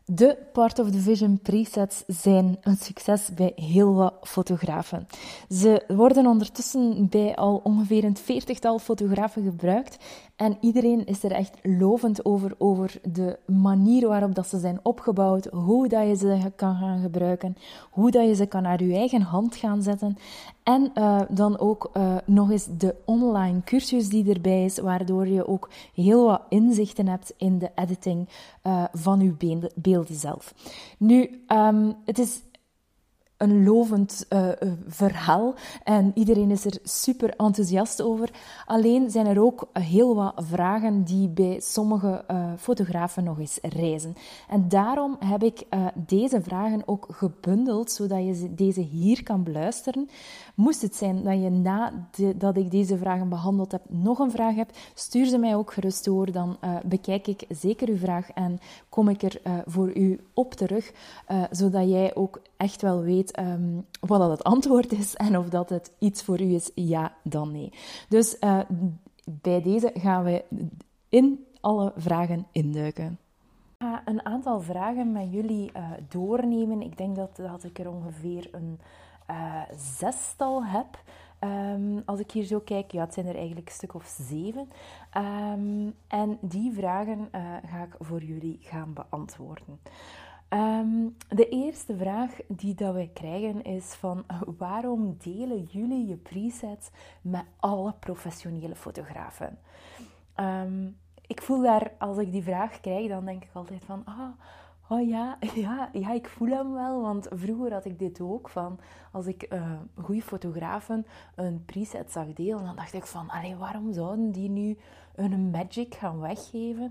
De Part of the Vision presets zijn een succes bij heel wat fotografen. Ze worden ondertussen bij al ongeveer een 40-tal fotografen gebruikt en iedereen is er echt lovend over de manier waarop dat ze zijn opgebouwd, hoe dat je ze kan gaan gebruiken, hoe dat je ze kan naar je eigen hand gaan zetten en dan ook nog eens de online cursus die erbij is, waardoor je ook heel wat inzichten hebt in de editing van je beelden zelf. Nu, het is een lovend verhaal en iedereen is er super enthousiast over. Alleen zijn er ook heel wat vragen die bij sommige fotografen nog eens rijzen. En daarom heb ik deze vragen ook gebundeld, zodat je deze hier kan beluisteren. Moest het zijn dat je nadat ik deze vragen behandeld heb nog een vraag hebt, stuur ze mij ook gerust door. Dan bekijk ik zeker uw vraag en kom ik er voor u op terug, zodat jij ook echt wel weet wat dat het antwoord is en of dat het iets voor u is, ja dan nee. Dus bij deze gaan we in alle vragen induiken. Ik ga een aantal vragen met jullie doornemen. Ik denk dat ik er ongeveer een zestal heb. Als ik hier zo kijk, ja, het zijn er eigenlijk een stuk of 7. En die vragen ga ik voor jullie gaan beantwoorden. De eerste vraag die dat wij krijgen is van waarom delen jullie je presets met alle professionele fotografen? Ik voel daar, als ik die vraag krijg, dan denk ik altijd van oh ja, ik voel hem wel, want vroeger had ik dit ook van, als ik goede fotografen een preset zag delen, dan dacht ik van, waarom zouden die nu hun magic gaan weggeven?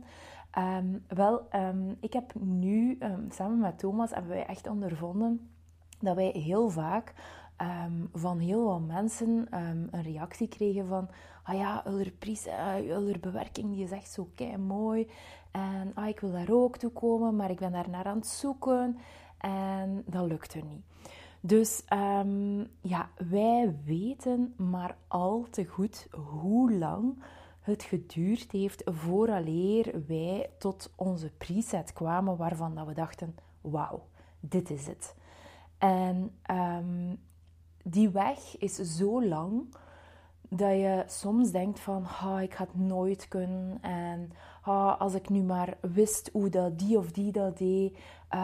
Ik heb nu, samen met Thomas, hebben wij echt ondervonden dat wij heel vaak van heel wat mensen een reactie kregen van Ulder bewerking die is echt zo kei mooi en ik wil daar ook toe komen, maar ik ben daar naar aan het zoeken en dat lukt er niet. Dus wij weten maar al te goed hoe lang het geduurd heeft vooraleer wij tot onze preset kwamen waarvan dat we dachten, wauw, dit is het. En die weg is zo lang dat je soms denkt van, ik ga het nooit kunnen en als ik nu maar wist hoe dat die of die dat deed.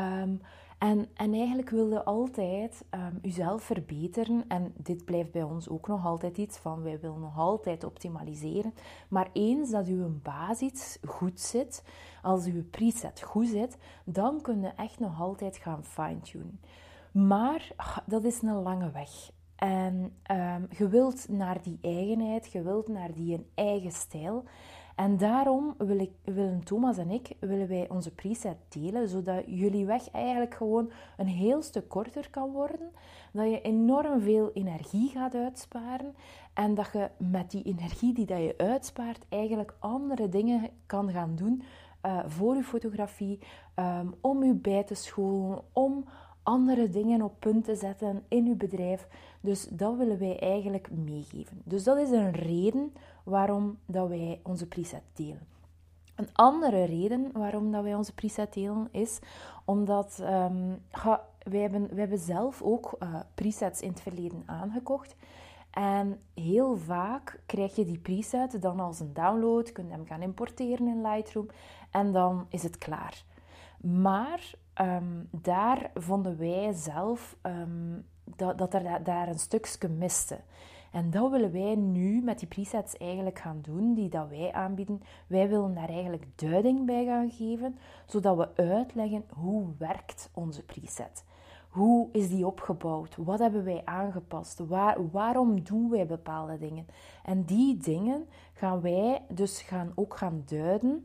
En eigenlijk wil je altijd jezelf verbeteren. En dit blijft bij ons ook nog altijd iets van, wij willen nog altijd optimaliseren. Maar eens dat uw basis goed zit, als uw preset goed zit, dan kun je echt nog altijd gaan fine-tunen. Maar dat is een lange weg. En je wilt naar die eigenheid, je wilt naar die eigen stijl. En daarom willen Thomas en ik onze preset delen, zodat jullie weg eigenlijk gewoon een heel stuk korter kan worden. Dat je enorm veel energie gaat uitsparen. En dat je met die energie die dat je uitspaart eigenlijk andere dingen kan gaan doen voor je fotografie. Om je bij te scholen, om andere dingen op punt te zetten in uw bedrijf. Dus dat willen wij eigenlijk meegeven. Dus dat is een reden waarom dat wij onze preset delen. Een andere reden waarom dat wij onze preset delen is omdat wij hebben zelf ook presets in het verleden aangekocht. En heel vaak krijg je die preset dan als een download, kun je hem gaan importeren in Lightroom en dan is het klaar. Maar daar vonden wij zelf dat er daar een stukje miste. En dat willen wij nu met die presets eigenlijk gaan doen, die dat wij aanbieden. Wij willen daar eigenlijk duiding bij gaan geven, zodat we uitleggen hoe werkt onze preset. Hoe is die opgebouwd? Wat hebben wij aangepast? Waarom doen wij bepaalde dingen? En die dingen gaan wij dus ook gaan duiden.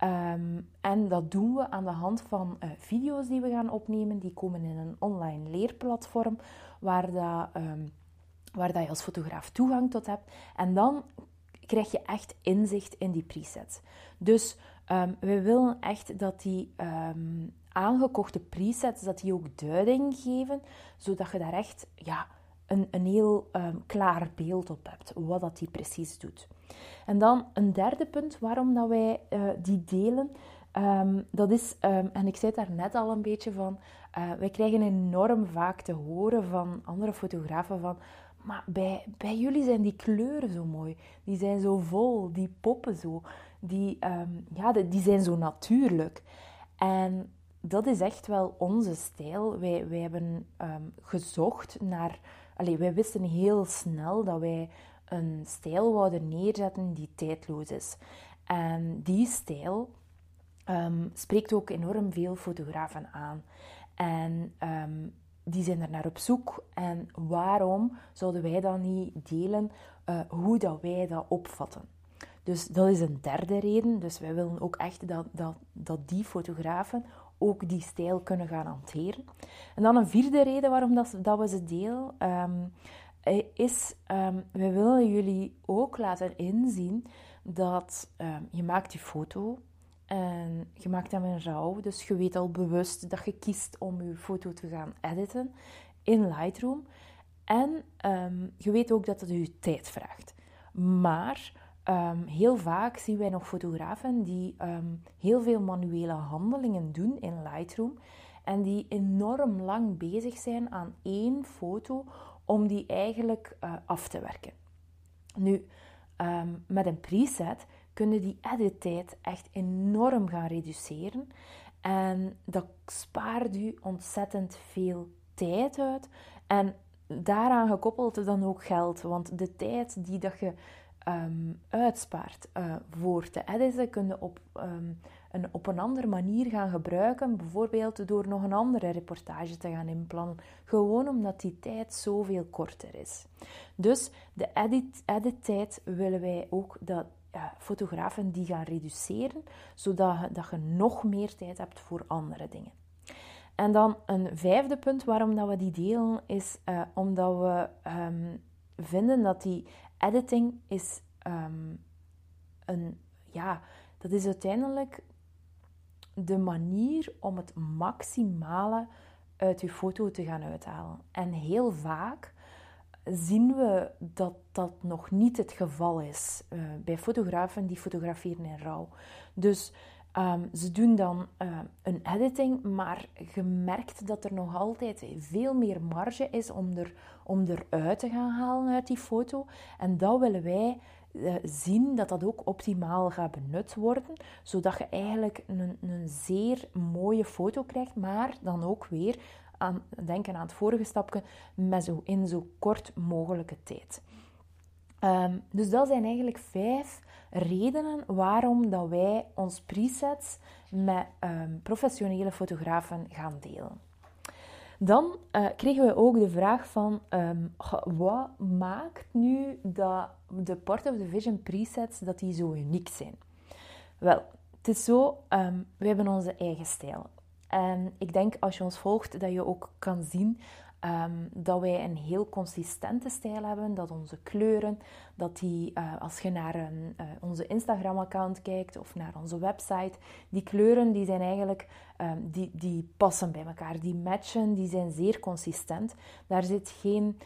En dat doen we aan de hand van video's die we gaan opnemen. Die komen in een online leerplatform waar je als fotograaf toegang tot hebt. En dan krijg je echt inzicht in die presets. Dus we willen echt dat die aangekochte presets, dat die ook duiding geven, zodat je daar echt een heel klaar beeld op hebt, wat dat die precies doet. En dan een derde punt waarom dat wij die delen, dat is, en ik zei het daar net al een beetje van, wij krijgen enorm vaak te horen van andere fotografen van, maar bij jullie zijn die kleuren zo mooi, die zijn zo vol, die poppen zo, die zijn zo natuurlijk. En dat is echt wel onze stijl. Wij hebben gezocht naar... wij wisten heel snel dat wij een stijl wouden neerzetten die tijdloos is. En die stijl spreekt ook enorm veel fotografen aan. En die zijn er naar op zoek. En waarom zouden wij dan niet delen hoe dat wij dat opvatten? Dus dat is een derde reden. Dus wij willen ook echt dat die fotografen ook die stijl kunnen gaan hanteren. En dan een vierde reden waarom dat we ze delen, is we willen jullie ook laten inzien dat je maakt je foto en je maakt hem in RAW. Dus je weet al bewust dat je kiest om je foto te gaan editen in Lightroom. En je weet ook dat het je tijd vraagt. Maar heel vaak zien wij nog fotografen die heel veel manuele handelingen doen in Lightroom en die enorm lang bezig zijn aan één foto om die eigenlijk af te werken. Nu, met een preset kunnen die edittijd echt enorm gaan reduceren en dat spaart u ontzettend veel tijd uit en daaraan gekoppeld dan ook geld, want de tijd die dat je uitspaart voor te editen, kun je op een andere manier gaan gebruiken, bijvoorbeeld door nog een andere reportage te gaan inplannen, gewoon omdat die tijd zoveel korter is. Dus de edit-tijd willen wij ook dat fotografen die gaan reduceren, zodat je nog meer tijd hebt voor andere dingen. En dan een vijfde punt waarom dat we die delen, is omdat we vinden dat die editing is dat is uiteindelijk de manier om het maximale uit je foto te gaan uithalen. En heel vaak zien we dat dat nog niet het geval is bij fotografen die fotograferen in RAW. Dus ze doen dan een editing, maar je merkt dat er nog altijd veel meer marge is om eruit te gaan halen uit die foto. En dat willen wij zien dat dat ook optimaal gaat benut worden, zodat je eigenlijk een zeer mooie foto krijgt, maar dan ook weer denken aan het vorige stapje, in zo kort mogelijke tijd. Dus dat zijn eigenlijk 5 redenen waarom dat wij ons presets met professionele fotografen gaan delen. Dan kregen we ook de vraag van, wat maakt nu dat de Port of the Vision presets dat die zo uniek zijn? Wel, het is zo, we hebben onze eigen stijl. En ik denk als je ons volgt dat je ook kan zien dat wij een heel consistente stijl hebben, dat onze kleuren, dat die, als je naar onze Instagram-account kijkt of naar onze website, die kleuren die zijn eigenlijk, die passen bij elkaar, die matchen, die zijn zeer consistent. Daar zit geen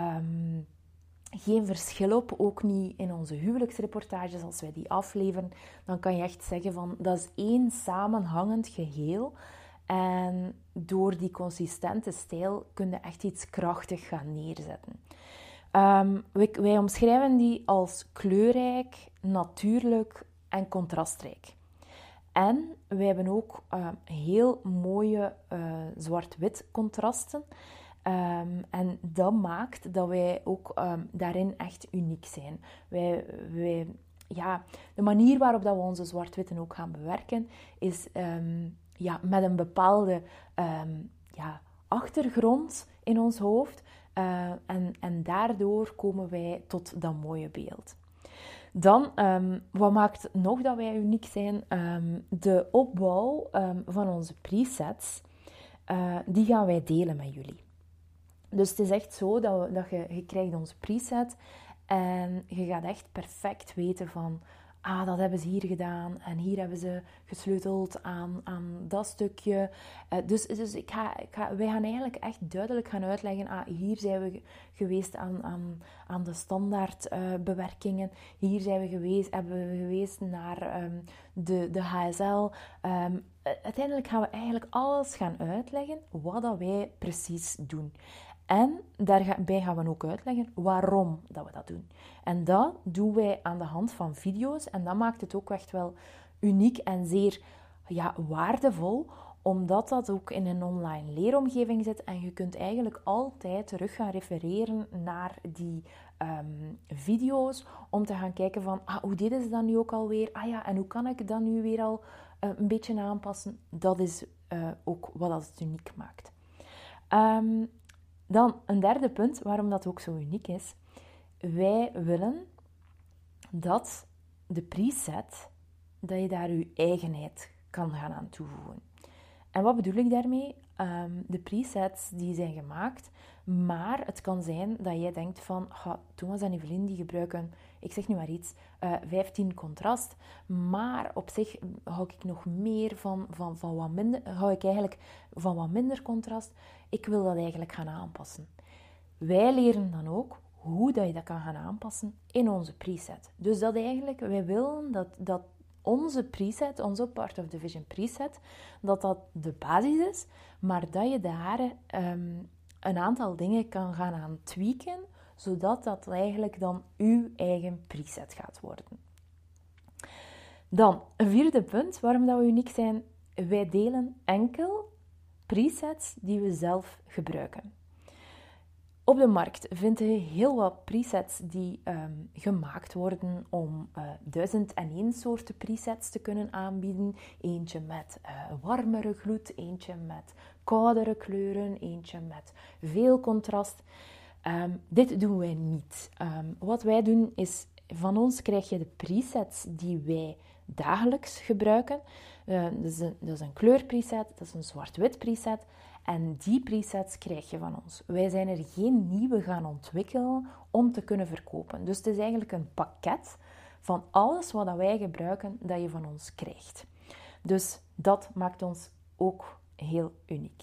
verschil op, ook niet in onze huwelijksreportages. Als wij die afleveren, dan kan je echt zeggen van, dat is één samenhangend geheel. En door die consistente stijl kun je echt iets krachtig gaan neerzetten. Wij omschrijven die als kleurrijk, natuurlijk en contrastrijk. En wij hebben ook heel mooie zwart-wit contrasten. En dat maakt dat wij ook daarin echt uniek zijn. De manier waarop dat we onze zwart-witten ook gaan bewerken is met een bepaalde achtergrond in ons hoofd. En daardoor komen wij tot dat mooie beeld. Dan, wat maakt nog dat wij uniek zijn? De opbouw van onze presets, die gaan wij delen met jullie. Dus het is echt zo dat je krijgt onze preset en je gaat echt perfect weten van dat hebben ze hier gedaan en hier hebben ze gesleuteld aan dat stukje. Dus wij gaan eigenlijk echt duidelijk gaan uitleggen, hier zijn we geweest aan de standaard bewerkingen. Hier hebben we geweest naar de HSL. Uiteindelijk gaan we eigenlijk alles gaan uitleggen wat dat wij precies doen. En daarbij gaan we ook uitleggen waarom dat we dat doen. En dat doen wij aan de hand van video's. En dat maakt het ook echt wel uniek en zeer waardevol. Omdat dat ook in een online leeromgeving zit. En je kunt eigenlijk altijd terug gaan refereren naar die video's. Om te gaan kijken van, hoe deden ze dat nu ook alweer? En hoe kan ik dat nu weer al een beetje aanpassen? Dat is ook wat het uniek maakt. Dan een derde punt, waarom dat ook zo uniek is. Wij willen dat de preset, dat je daar je eigenheid kan gaan aan toevoegen. En wat bedoel ik daarmee? De presets die zijn gemaakt, maar het kan zijn dat jij denkt van, Thomas en Evelien die gebruiken, ik zeg nu maar iets, 15 contrast, maar op zich hou ik nog meer van wat minder, hou ik eigenlijk van wat minder contrast. Ik wil dat eigenlijk gaan aanpassen. Wij leren dan ook hoe dat je dat kan gaan aanpassen in onze preset. Dus dat eigenlijk, wij willen dat onze preset, onze Part of the Vision preset, dat de basis is, maar dat je daar een aantal dingen kan gaan aan tweaken, zodat dat eigenlijk dan uw eigen preset gaat worden. Dan, een vierde punt waarom dat we uniek zijn. Wij delen enkel presets die we zelf gebruiken. Op de markt vind je heel wat presets die gemaakt worden om 1001 soorten presets te kunnen aanbieden. Eentje met warmere gloed, eentje met koudere kleuren, eentje met veel contrast. Dit doen wij niet. Wat wij doen is, van ons krijg je de presets die wij dagelijks gebruiken. Dat is een kleurpreset, dat is een zwart-wit preset. En die presets krijg je van ons. Wij zijn er geen nieuwe gaan ontwikkelen om te kunnen verkopen. Dus het is eigenlijk een pakket van alles wat wij gebruiken dat je van ons krijgt. Dus dat maakt ons ook heel uniek.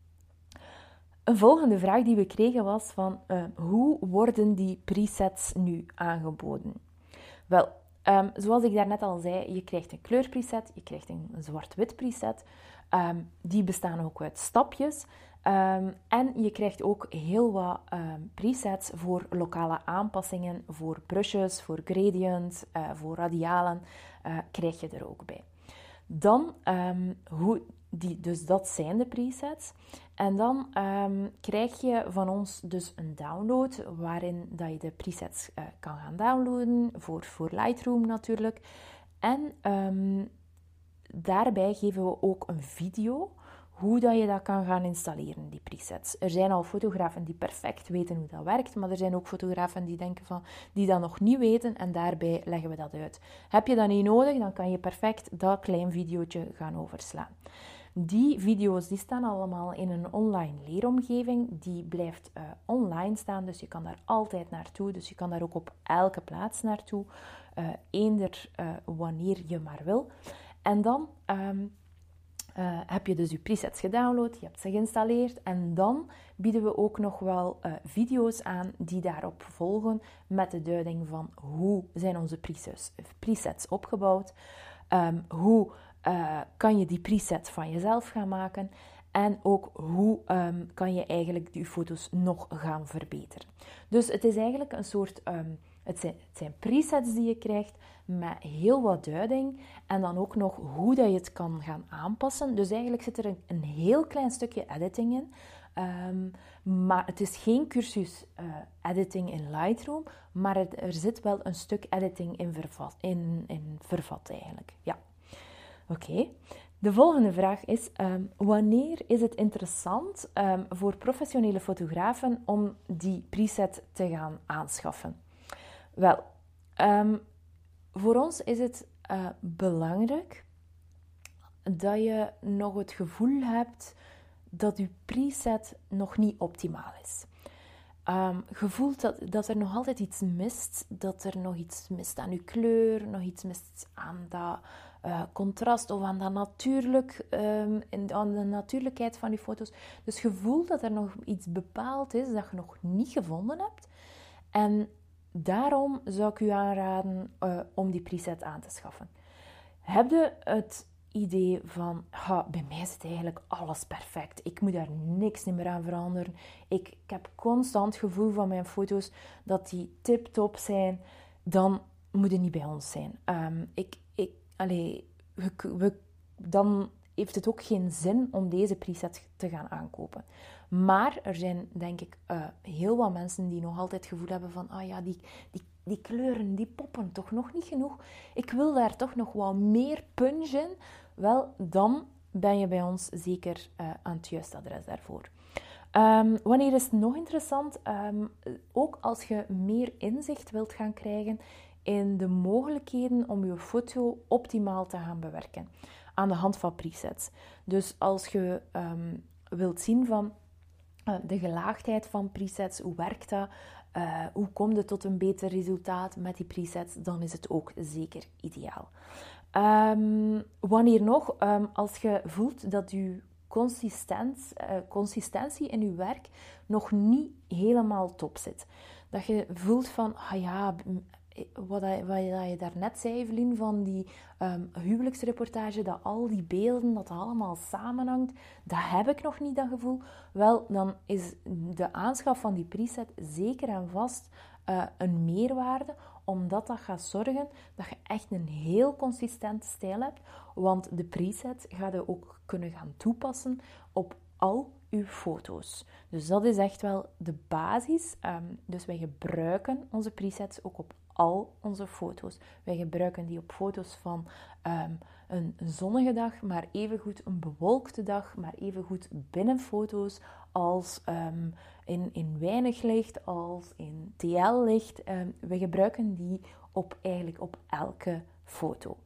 Een volgende vraag die we kregen was van hoe worden die presets nu aangeboden? Wel, zoals ik daarnet al zei, je krijgt een kleurpreset, je krijgt een zwart-wit preset. Die bestaan ook uit stapjes. En je krijgt ook heel wat presets voor lokale aanpassingen, voor brushes, voor gradients, voor radialen, krijg je er ook bij. Dan, dus dat zijn de presets. En dan krijg je van ons dus een download, waarin dat je de presets kan gaan downloaden, voor Lightroom natuurlijk. En daarbij geven we ook een video, hoe dat je dat kan gaan installeren, die presets. Er zijn al fotografen die perfect weten hoe dat werkt, maar er zijn ook fotografen die denken die dat nog niet weten en daarbij leggen we dat uit. Heb je dat niet nodig, dan kan je perfect dat klein videootje gaan overslaan. Die video's die staan allemaal in een online leeromgeving. Die blijft online staan, dus je kan daar altijd naartoe. Dus je kan daar ook op elke plaats naartoe, eender wanneer je maar wil. En dan heb je dus je presets gedownload, je hebt ze geïnstalleerd en dan bieden we ook nog wel video's aan die daarop volgen met de duiding van hoe zijn onze presets opgebouwd, hoe kan je die preset van jezelf gaan maken en ook hoe kan je eigenlijk die foto's nog gaan verbeteren. Dus het is eigenlijk een soort... Het zijn presets die je krijgt met heel wat duiding en dan ook nog hoe dat je het kan gaan aanpassen. Dus eigenlijk zit er een heel klein stukje editing in. Maar het is geen cursus editing in Lightroom, maar er zit wel een stuk editing in vervat eigenlijk. Ja. Oké. De volgende vraag is, wanneer is het interessant voor professionele fotografen om die preset te gaan aanschaffen? Wel, voor ons is het belangrijk dat je nog het gevoel hebt dat je preset nog niet optimaal is. Je voelt dat er nog altijd iets mist. Dat er nog iets mist aan je kleur. Nog iets mist aan dat contrast of aan, aan de natuurlijkheid van je foto's. Dus je voelt dat er nog iets bepaald is dat je nog niet gevonden hebt. En daarom zou ik u aanraden om die preset aan te schaffen. Heb je het idee van, bij mij zit eigenlijk alles perfect. Ik moet daar niks meer aan veranderen. Ik heb constant het gevoel van mijn foto's dat die tip-top zijn. Dan moet het niet bij ons zijn. Dan heeft het ook geen zin om deze preset te gaan aankopen. Maar er zijn, denk ik, heel wat mensen die nog altijd het gevoel hebben van, die kleuren, die poppen toch nog niet genoeg. Ik wil daar toch nog wat meer punch in. Wel, dan ben je bij ons zeker aan het juiste adres daarvoor. Wanneer is het nog interessant? Ook als je meer inzicht wilt gaan krijgen in de mogelijkheden om je foto optimaal te gaan bewerken. Aan de hand van presets. Dus als je wilt zien van de gelaagdheid van presets, hoe werkt dat? Hoe kom je tot een beter resultaat met die presets? Dan is het ook zeker ideaal. Wanneer nog? Als je voelt dat je consistentie in je werk nog niet helemaal top zit. Dat je voelt van, wat je daarnet zei, Evelien, van die huwelijksreportage, dat al die beelden, dat allemaal samenhangt, dat heb ik nog niet, dat gevoel. Wel, dan is de aanschaf van die preset zeker en vast een meerwaarde, omdat dat gaat zorgen dat je echt een heel consistente stijl hebt, want de preset ga je ook kunnen gaan toepassen op al uw foto's. Dus dat is echt wel de basis. Dus wij gebruiken onze presets ook op al onze foto's. Wij gebruiken die op foto's van een zonnige dag, maar evengoed een bewolkte dag, maar evengoed binnenfoto's als in weinig licht, als in TL-licht. We gebruiken die eigenlijk op elke foto.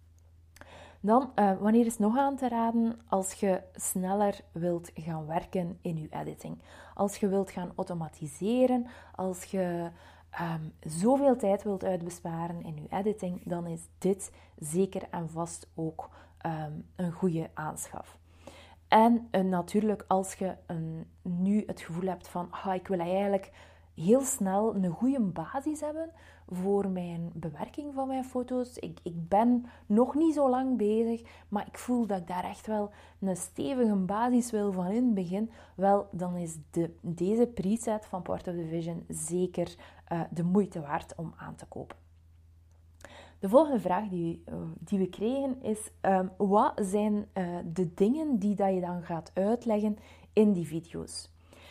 Dan, wanneer is het nog aan te raden als je sneller wilt gaan werken in je editing? Als je wilt gaan automatiseren, als je zoveel tijd wilt uitbesparen in je editing, dan is dit zeker en vast ook een goede aanschaf. En natuurlijk, als je nu het gevoel hebt van, ik wil eigenlijk heel snel een goede basis hebben voor mijn bewerking van mijn foto's. Ik ben nog niet zo lang bezig, maar ik voel dat ik daar echt wel een stevige basis wil van in het begin. Wel, dan is deze preset van Part of the Vision zeker de moeite waard om aan te kopen. De volgende vraag die we kregen is, wat zijn de dingen die dat je dan gaat uitleggen in die video's?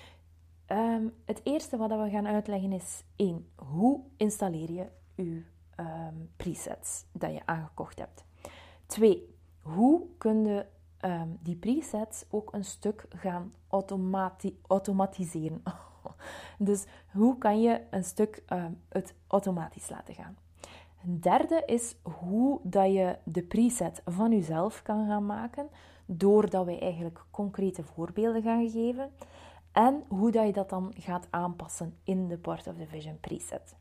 Het eerste wat we gaan uitleggen is 1. Hoe installeer je je presets dat je aangekocht hebt? 2. Hoe kun je die presets ook een stuk gaan automatiseren? Dus hoe kan je een stuk het automatisch laten gaan? Een derde is hoe dat je de preset van jezelf kan gaan maken, doordat wij eigenlijk concrete voorbeelden gaan geven. En hoe dat je dat dan gaat aanpassen in de Part of the Vision preset.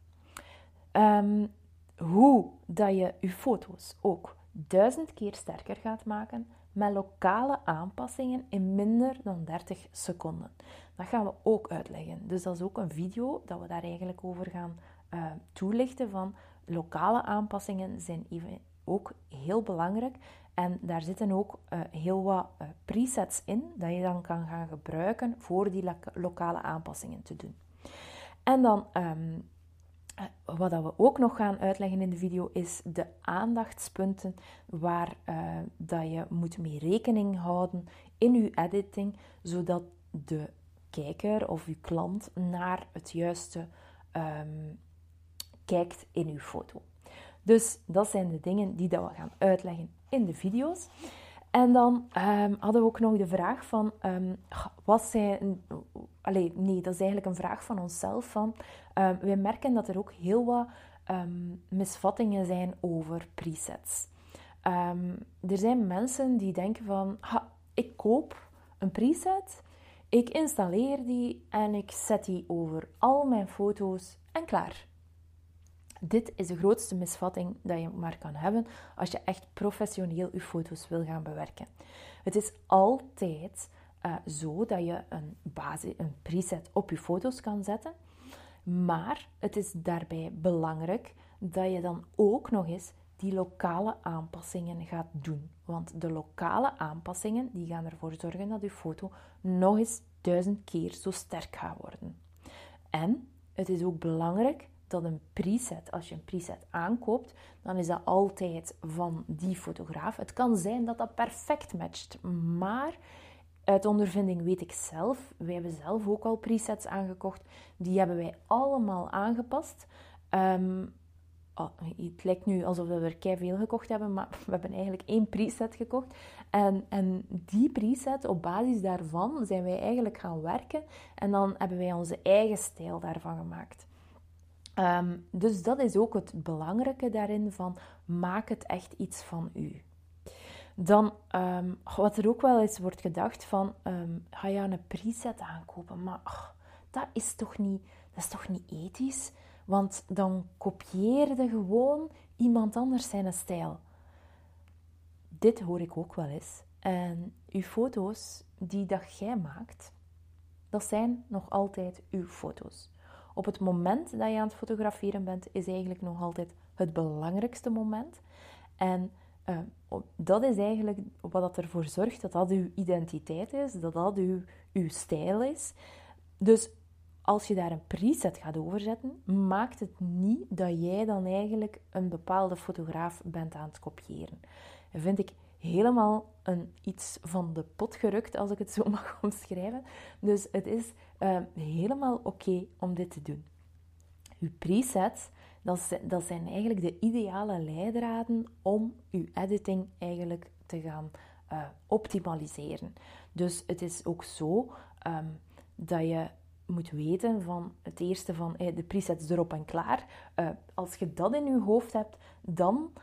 Hoe dat je je foto's ook 1000 keer sterker gaat maken met lokale aanpassingen in minder dan 30 seconden. Dat gaan we ook uitleggen. Dus dat is ook een video dat we daar eigenlijk over gaan toelichten van lokale aanpassingen zijn ook heel belangrijk. En daar zitten ook heel wat presets in dat je dan kan gaan gebruiken voor die lokale aanpassingen te doen. En dan, wat we ook nog gaan uitleggen in de video, is de aandachtspunten waar dat je moet mee rekening houden in je editing, zodat de kijker of je klant naar het juiste kijkt in je foto. Dus dat zijn de dingen die dat we gaan uitleggen in de video's. En dan hadden we ook nog de vraag van, dat is eigenlijk een vraag van onszelf. Van, wij merken dat er ook heel wat misvattingen zijn over presets. Er zijn mensen die denken van, ik koop een preset, Ik installeer die en ik zet die over al mijn foto's en klaar. Dit is de grootste misvatting dat je maar kan hebben als je echt professioneel je foto's wil gaan bewerken. Het is altijd zo dat je een preset op je foto's kan zetten, maar het is daarbij belangrijk dat je dan ook nog eens die lokale aanpassingen gaat doen. Want de lokale aanpassingen die gaan ervoor zorgen dat je foto nog eens 1000 keer zo sterk gaat worden. En het is ook belangrijk dat een preset, als je een preset aankoopt, dan is dat altijd van die fotograaf. Het kan zijn dat dat perfect matcht, maar uit ondervinding weet ik zelf, wij hebben zelf ook al presets aangekocht, die hebben wij allemaal aangepast. Het lijkt nu alsof we er keiveel gekocht hebben, maar we hebben eigenlijk 1 preset gekocht. En die preset, op basis daarvan zijn wij eigenlijk gaan werken en dan hebben wij onze eigen stijl daarvan gemaakt. Dus dat is ook het belangrijke daarin van maak het echt iets van u. Dan, wat er ook wel eens wordt gedacht van, ga je een preset aankopen, maar dat is toch niet ethisch? Want dan kopieer je gewoon iemand anders zijn stijl. Dit hoor ik ook wel eens. En uw foto's die dat jij maakt, dat zijn nog altijd uw foto's. Op het moment dat je aan het fotograferen bent, is eigenlijk nog altijd het belangrijkste moment. En dat is eigenlijk wat ervoor zorgt dat dat uw identiteit is, dat dat uw stijl is. Dus als je daar een preset gaat overzetten, maakt het niet dat jij dan eigenlijk een bepaalde fotograaf bent aan het kopiëren. Dat vind ik helemaal iets van de pot gerukt, als ik het zo mag omschrijven. Dus het is helemaal oké om dit te doen. Uw presets, dat zijn eigenlijk de ideale leidraden om uw editing eigenlijk te gaan optimaliseren. Dus het is ook zo dat je moet weten van het eerste van de presets erop en klaar. Als je dat in je hoofd hebt, dan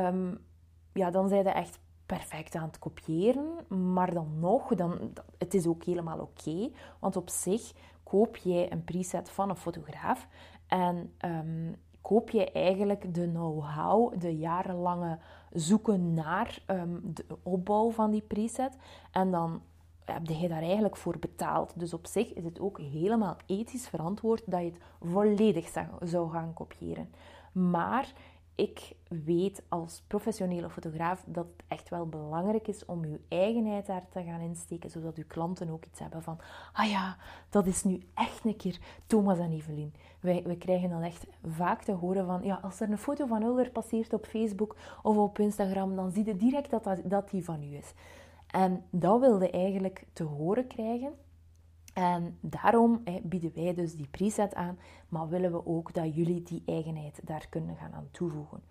zijn je echt perfect aan het kopiëren. Maar dan nog, het is ook helemaal oké. Want op zich koop jij een preset van een fotograaf en koop je eigenlijk de know-how, de jarenlange zoeken naar de opbouw van die preset. En dan heb je daar eigenlijk voor betaald. Dus op zich is het ook helemaal ethisch verantwoord dat je het volledig zou gaan kopiëren. Maar ik weet als professionele fotograaf dat het echt wel belangrijk is om je eigenheid daar te gaan insteken, zodat uw klanten ook iets hebben van, ah ja, dat is nu echt een keer Thomas en Evelien. We krijgen dan echt vaak te horen van, ja, als er een foto van Ulder passeert op Facebook of op Instagram, dan zie je direct dat die van u is. En dat wilde eigenlijk te horen krijgen. En daarom bieden wij dus die preset aan, maar willen we ook dat jullie die eigenheid daar kunnen gaan aan toevoegen.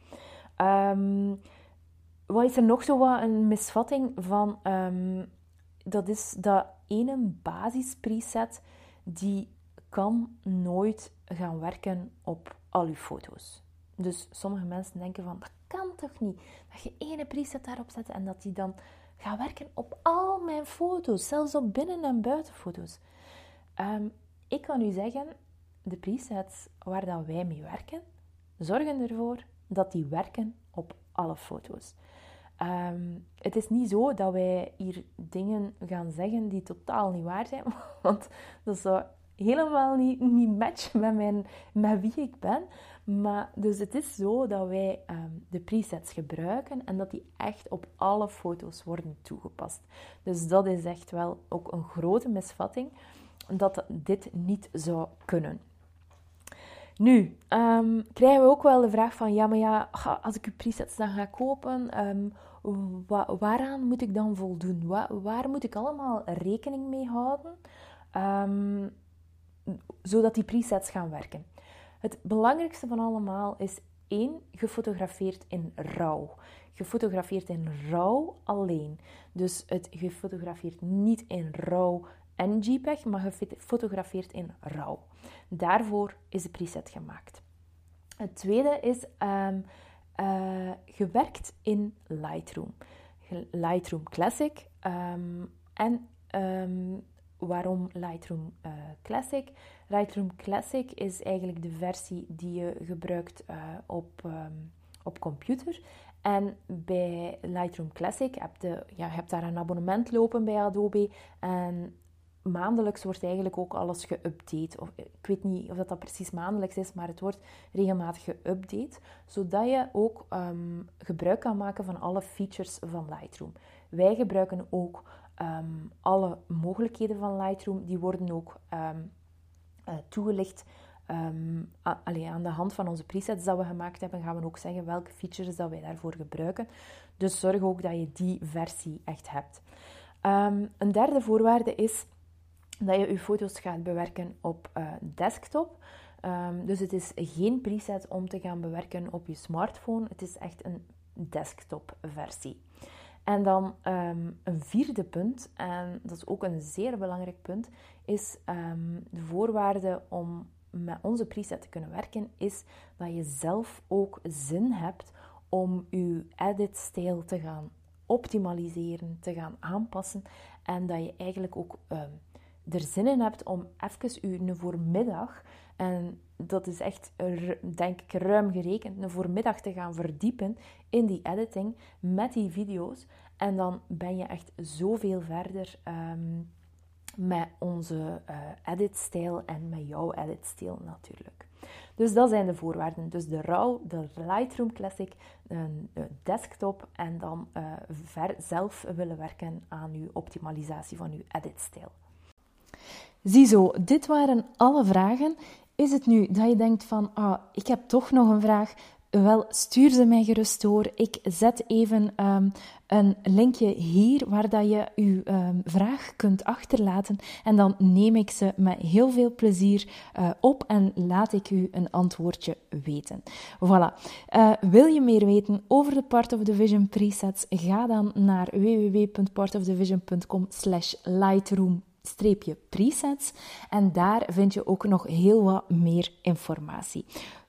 Wat is er nog zo wat een misvatting van? Dat is dat ene basispreset, die kan nooit gaan werken op al uw foto's. Dus sommige mensen denken van, dat kan toch niet? Dat je ene preset daarop zet en dat die dan gaat werken op al mijn foto's, zelfs op binnen- en buitenfoto's. Ik kan u zeggen, de presets waar dat wij mee werken, zorgen ervoor dat die werken op alle foto's. Het is niet zo dat wij hier dingen gaan zeggen die totaal niet waar zijn, want dat zou helemaal niet matchen met wie ik ben. Maar dus het is zo dat wij de presets gebruiken en dat die echt op alle foto's worden toegepast. Dus dat is echt wel ook een grote misvatting, dat dit niet zou kunnen. Nu, krijgen we ook wel de vraag van, ja, maar ja, als ik uw presets dan ga kopen, waaraan moet ik dan voldoen? Waar moet ik allemaal rekening mee houden, zodat die presets gaan werken? Het belangrijkste van allemaal is 1, gefotografeerd in RAW. Gefotografeerd in RAW alleen. Dus je fotografeert niet in RAW en JPEG, maar gefotografeerd in RAW. Daarvoor is de preset gemaakt. Het tweede is gewerkt in Lightroom. Lightroom Classic. waarom Lightroom Classic? Lightroom Classic is eigenlijk de versie die je gebruikt op computer. En bij Lightroom Classic heb daar een abonnement lopen bij Adobe. En maandelijks wordt eigenlijk ook alles geüpdate. Ik weet niet of dat precies maandelijks is, maar het wordt regelmatig geüpdate. Zodat je ook gebruik kan maken van alle features van Lightroom. Wij gebruiken ook alle mogelijkheden van Lightroom. Die worden ook toegelicht. Aan de hand van onze presets dat we gemaakt hebben, gaan we ook zeggen welke features dat wij daarvoor gebruiken. Dus zorg ook dat je die versie echt hebt. Een derde voorwaarde is dat je je foto's gaat bewerken op desktop. Dus het is geen preset om te gaan bewerken op je smartphone. Het is echt een desktop versie. En dan een vierde punt, en dat is ook een zeer belangrijk punt, is de voorwaarde om met onze preset te kunnen werken, is dat je zelf ook zin hebt om je edit-stijl te gaan optimaliseren, te gaan aanpassen. En dat je eigenlijk ook er zin in hebt om even een voormiddag, en dat is echt, denk ik, ruim gerekend, een voormiddag te gaan verdiepen in die editing met die video's. En dan ben je echt zoveel verder met onze editstijl en met jouw editstijl natuurlijk. Dus dat zijn de voorwaarden. Dus de RAW, de Lightroom Classic, een desktop en dan zelf willen werken aan uw optimalisatie van uw editstijl. Ziezo, dit waren alle vragen. Is het nu dat je denkt van, ik heb toch nog een vraag? Wel, stuur ze mij gerust door. Ik zet even een linkje hier waar dat je je vraag kunt achterlaten. En dan neem ik ze met heel veel plezier op en laat ik u een antwoordje weten. Voilà. Wil je meer weten over de Part of the Vision presets? Ga dan naar www.partofthevision.com/lightroom-presets en daar vind je ook nog heel wat meer informatie.